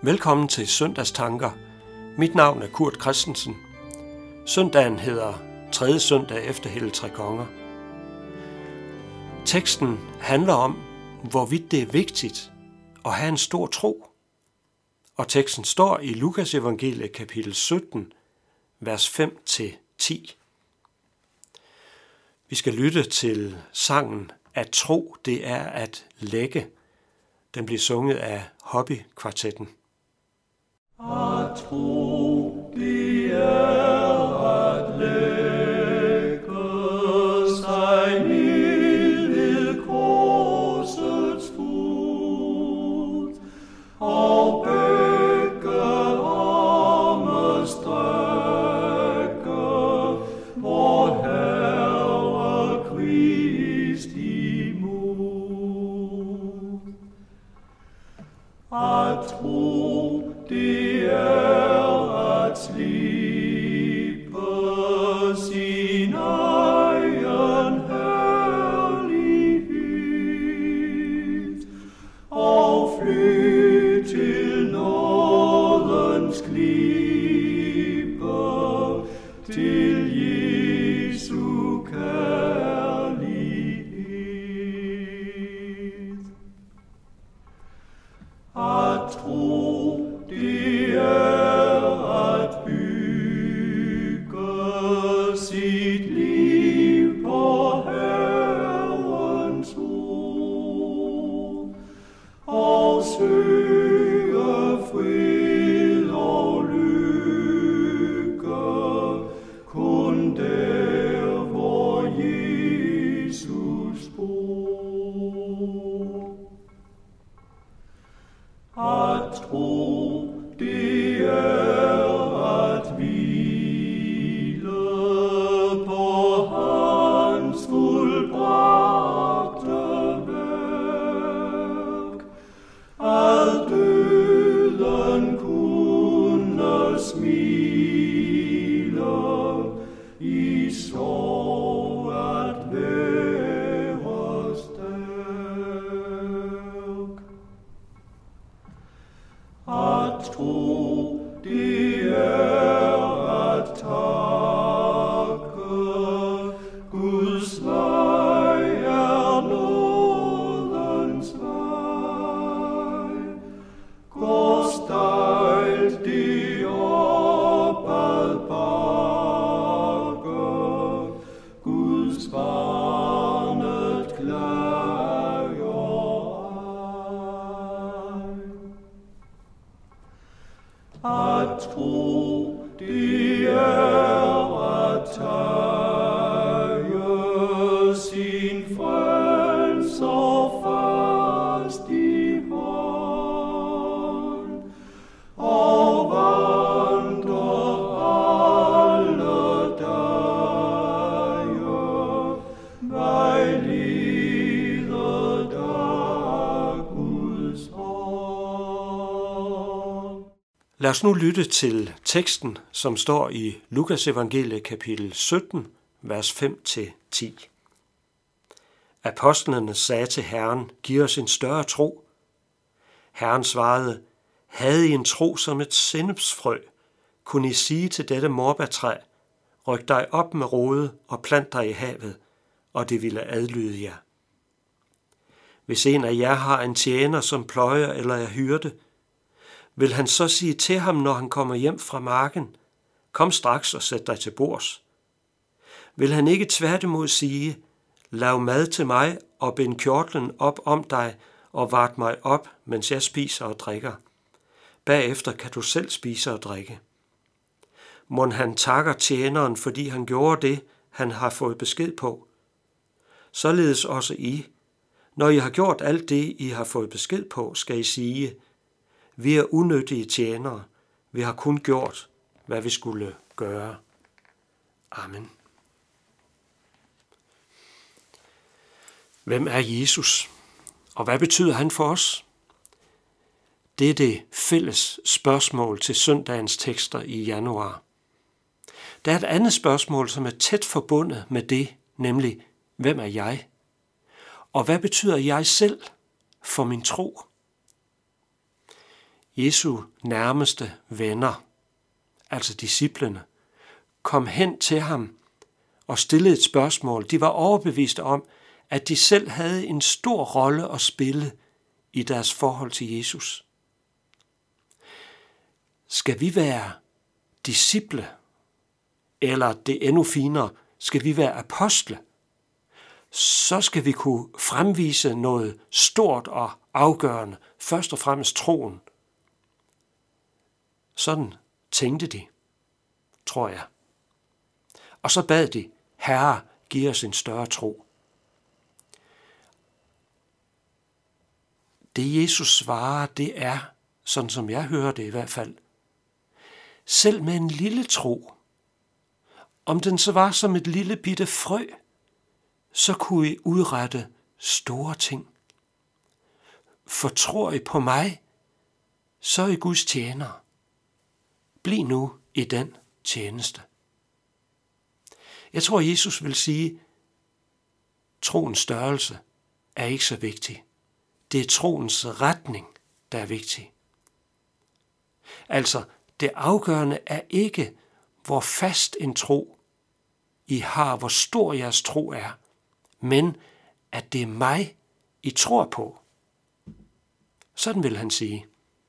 Velkommen til Søndagstanker. Mit navn er Kurt Christensen. Søndagen hedder 3. søndag efter Helligtrekonger. Teksten handler om, hvorvidt det er vigtigt at have en stor tro. Og teksten står i Lukas evangeliet kapitel 17, vers 5-10. Vi skal lytte til sangen At tro, det er at lægge. Den bliver sunget af Hobbykvartetten. At tro, det er at lægge sig ned ved korsets fod, og begge arme strække vor Herre Kristi mod. At tro, det er at slippe sin egen herlighed og fly til nådens klippe, til Jesu kærlighed. At tro, det er at bygge sit liv på Herrens ord og søge fred og lykke kun der, hvor Jesus bor. At tro, det er at hvile på hans fuldbragte værk, at døden kunne smile, i sorg at være stærk. At tro, det er at takke, Guds vej er nådens vej. Går stejlt det op ad bakke, Guds barnet klager ej. At tro, det er at tage sin frelser fast i hånd og vandre alle dage, vejledet af Guds hånd. Lad os nu lytte til teksten, som står i Lukas evangeliet kapitel 17, vers 5-10. Apostlene sagde til Herren, giv os en større tro. Herren svarede, havde I en tro som et sennepsfrø, kunne I sige til dette morbærtræ, ryk dig op med rode og plant dig i havet, og det ville adlyde jer. Hvis en af jer har en tjener, som pløjer eller er hyrde, vil han så sige til ham, når han kommer hjem fra marken, kom straks og sæt dig til bords? Vil han ikke tværtimod sige, lav mad til mig og bind kjortlen op om dig og vart mig op, mens jeg spiser og drikker. Bagefter kan du selv spise og drikke. Mon han takker tjeneren, fordi han gjorde det, han har fået besked på. Således også I. Når I har gjort alt det, I har fået besked på, skal I sige, vi er unyttige tjenere. Vi har kun gjort, hvad vi skulle gøre. Amen. Hvem er Jesus? Og hvad betyder han for os? Det er det fælles spørgsmål til søndagens tekster i januar. Der er et andet spørgsmål, som er tæt forbundet med det, nemlig, hvem er jeg? Og hvad betyder jeg selv for min tro? Jesu nærmeste venner, altså disciplene, kom hen til ham og stillede et spørgsmål. De var overbeviste om, at de selv havde en stor rolle at spille i deres forhold til Jesus. Skal vi være disciple, eller det endnu finere, skal vi være apostle, så skal vi kunne fremvise noget stort og afgørende, først og fremmest troen. Sådan tænkte de, tror jeg. Og så bad de, Herre, giv os en større tro. Det Jesus svarer, det er, sådan som jeg hører det i hvert fald, selv med en lille tro, om den så var som et lille bitte frø, så kunne I udrette store ting. For tror I på mig, så er I Guds tjenere. Bliv nu i den tjeneste. Jeg tror, Jesus vil sige, troens størrelse er ikke så vigtig. Det er troens retning, der er vigtig. Altså, det afgørende er ikke, hvor fast en tro I har, hvor stor jeres tro er, men at det er mig, I tror på. Sådan vil han sige.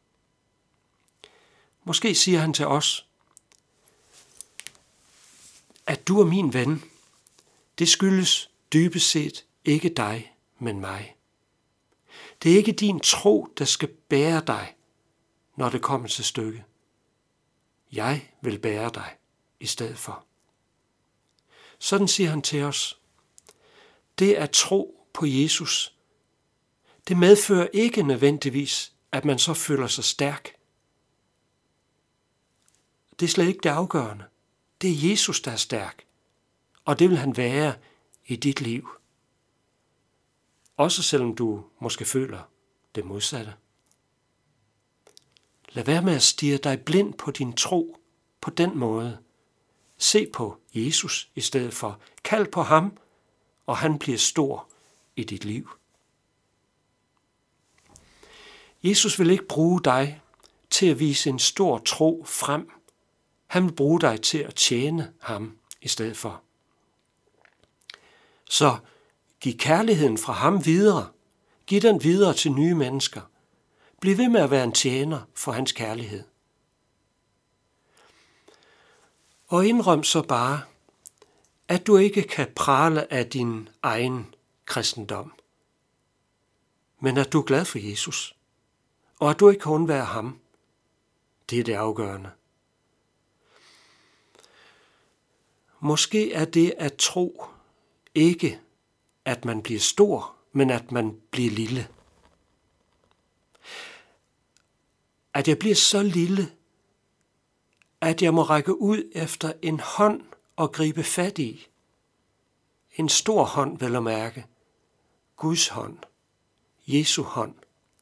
Måske siger han til os, at du er min ven, det skyldes dybest set ikke dig, men mig. Det er ikke din tro, der skal bære dig, når det kommer til stykket. Jeg vil bære dig i stedet for. Sådan siger han til os. Det at tro på Jesus, det medfører ikke nødvendigvis, at man så føler sig stærk. Det er slet ikke det afgørende. Det er Jesus, der er stærk, og det vil han være i dit liv. Også selvom du måske føler det modsatte. Lad være med at stirre dig blind på din tro på den måde. Se på Jesus i stedet for. Kald på ham, og han bliver stor i dit liv. Jesus vil ikke bruge dig til at vise en stor tro frem. Han vil bruge dig til at tjene ham i stedet for. Så giv kærligheden fra ham videre. Giv den videre til nye mennesker. Bliv ved med at være en tjener for hans kærlighed. Og indrøm så bare, at du ikke kan prale af din egen kristendom, men at du er glad for Jesus, og at du ikke kan undvære ham. Det er det afgørende. Måske er det at tro ikke, at man bliver stor, men at man bliver lille. At jeg bliver så lille, at jeg må række ud efter en hånd og gribe fat i. En stor hånd, vel at mærke. Guds hånd. Jesu hånd.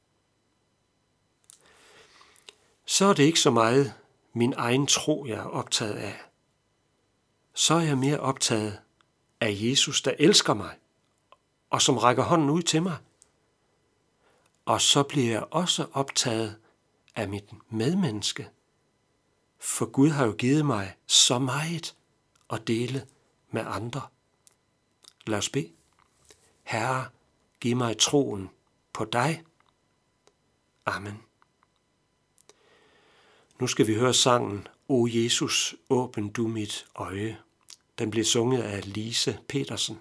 Så er det ikke så meget min egen tro, jeg er optaget af. Så er jeg mere optaget af Jesus, der elsker mig, og som rækker hånden ud til mig. Og så bliver jeg også optaget af mit medmenneske. For Gud har jo givet mig så meget at dele med andre. Lad os bede. Herre, giv mig troen på dig. Amen. Nu skal vi høre sangen O Jesus, åbn du mit øje. Den blev sunget af Lise Petersen.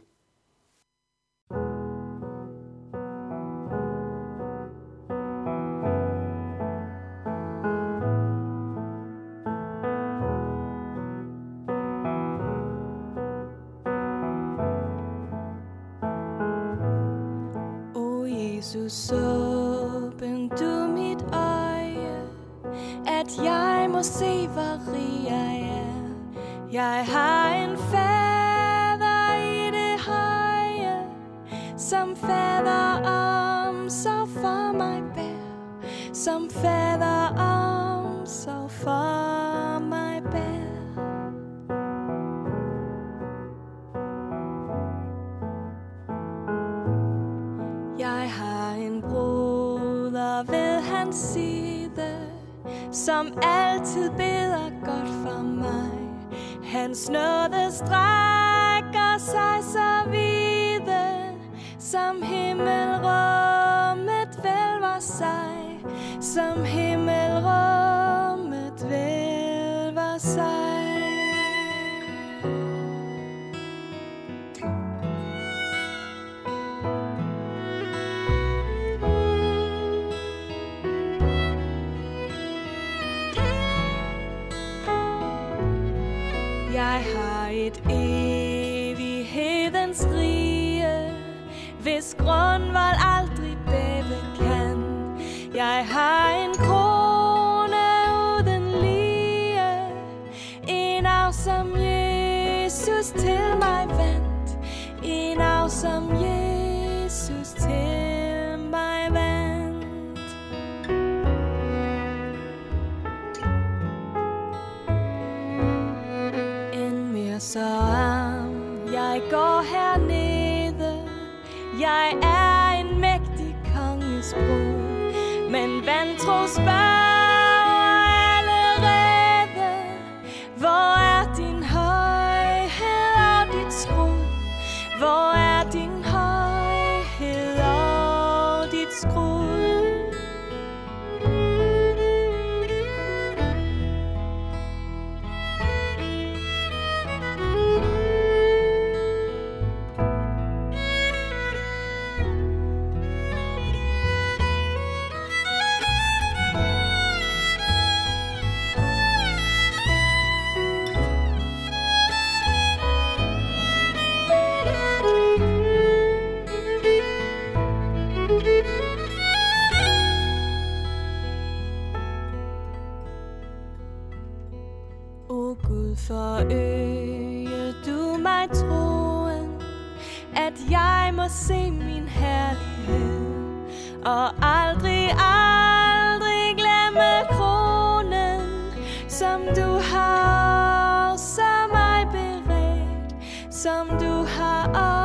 Jesus, åbn du mit øje, at jeg må se, hvor rig jeg er. Jeg har en fader i det høje, som fader omsorg for mig bær, som fader omsorg for mig bær. Jeg har en broder ved hans side, som altid beder godt for mig. Hans nåde strækker sig så vide, som himmelrummet vælver sig, som himmelrummet vælver sig. Jeg har et evighedens rige, hvis grundvold aldrig bæve kan. Jeg har en krone uden lige, en arv som Jesus til mig vandt, en arv som Jesus til mig vandt. Så jeg går hernede, jeg er en mægtig konges brud, men vantro spørger allerede, hvor er din højhed og dit skrud? Hvor er din højhed og dit skrud? O Gud, forøge du mig troen, at jeg må se min herlighed, og aldrig, aldrig glemme kronen, som du har også mig beredt, som du har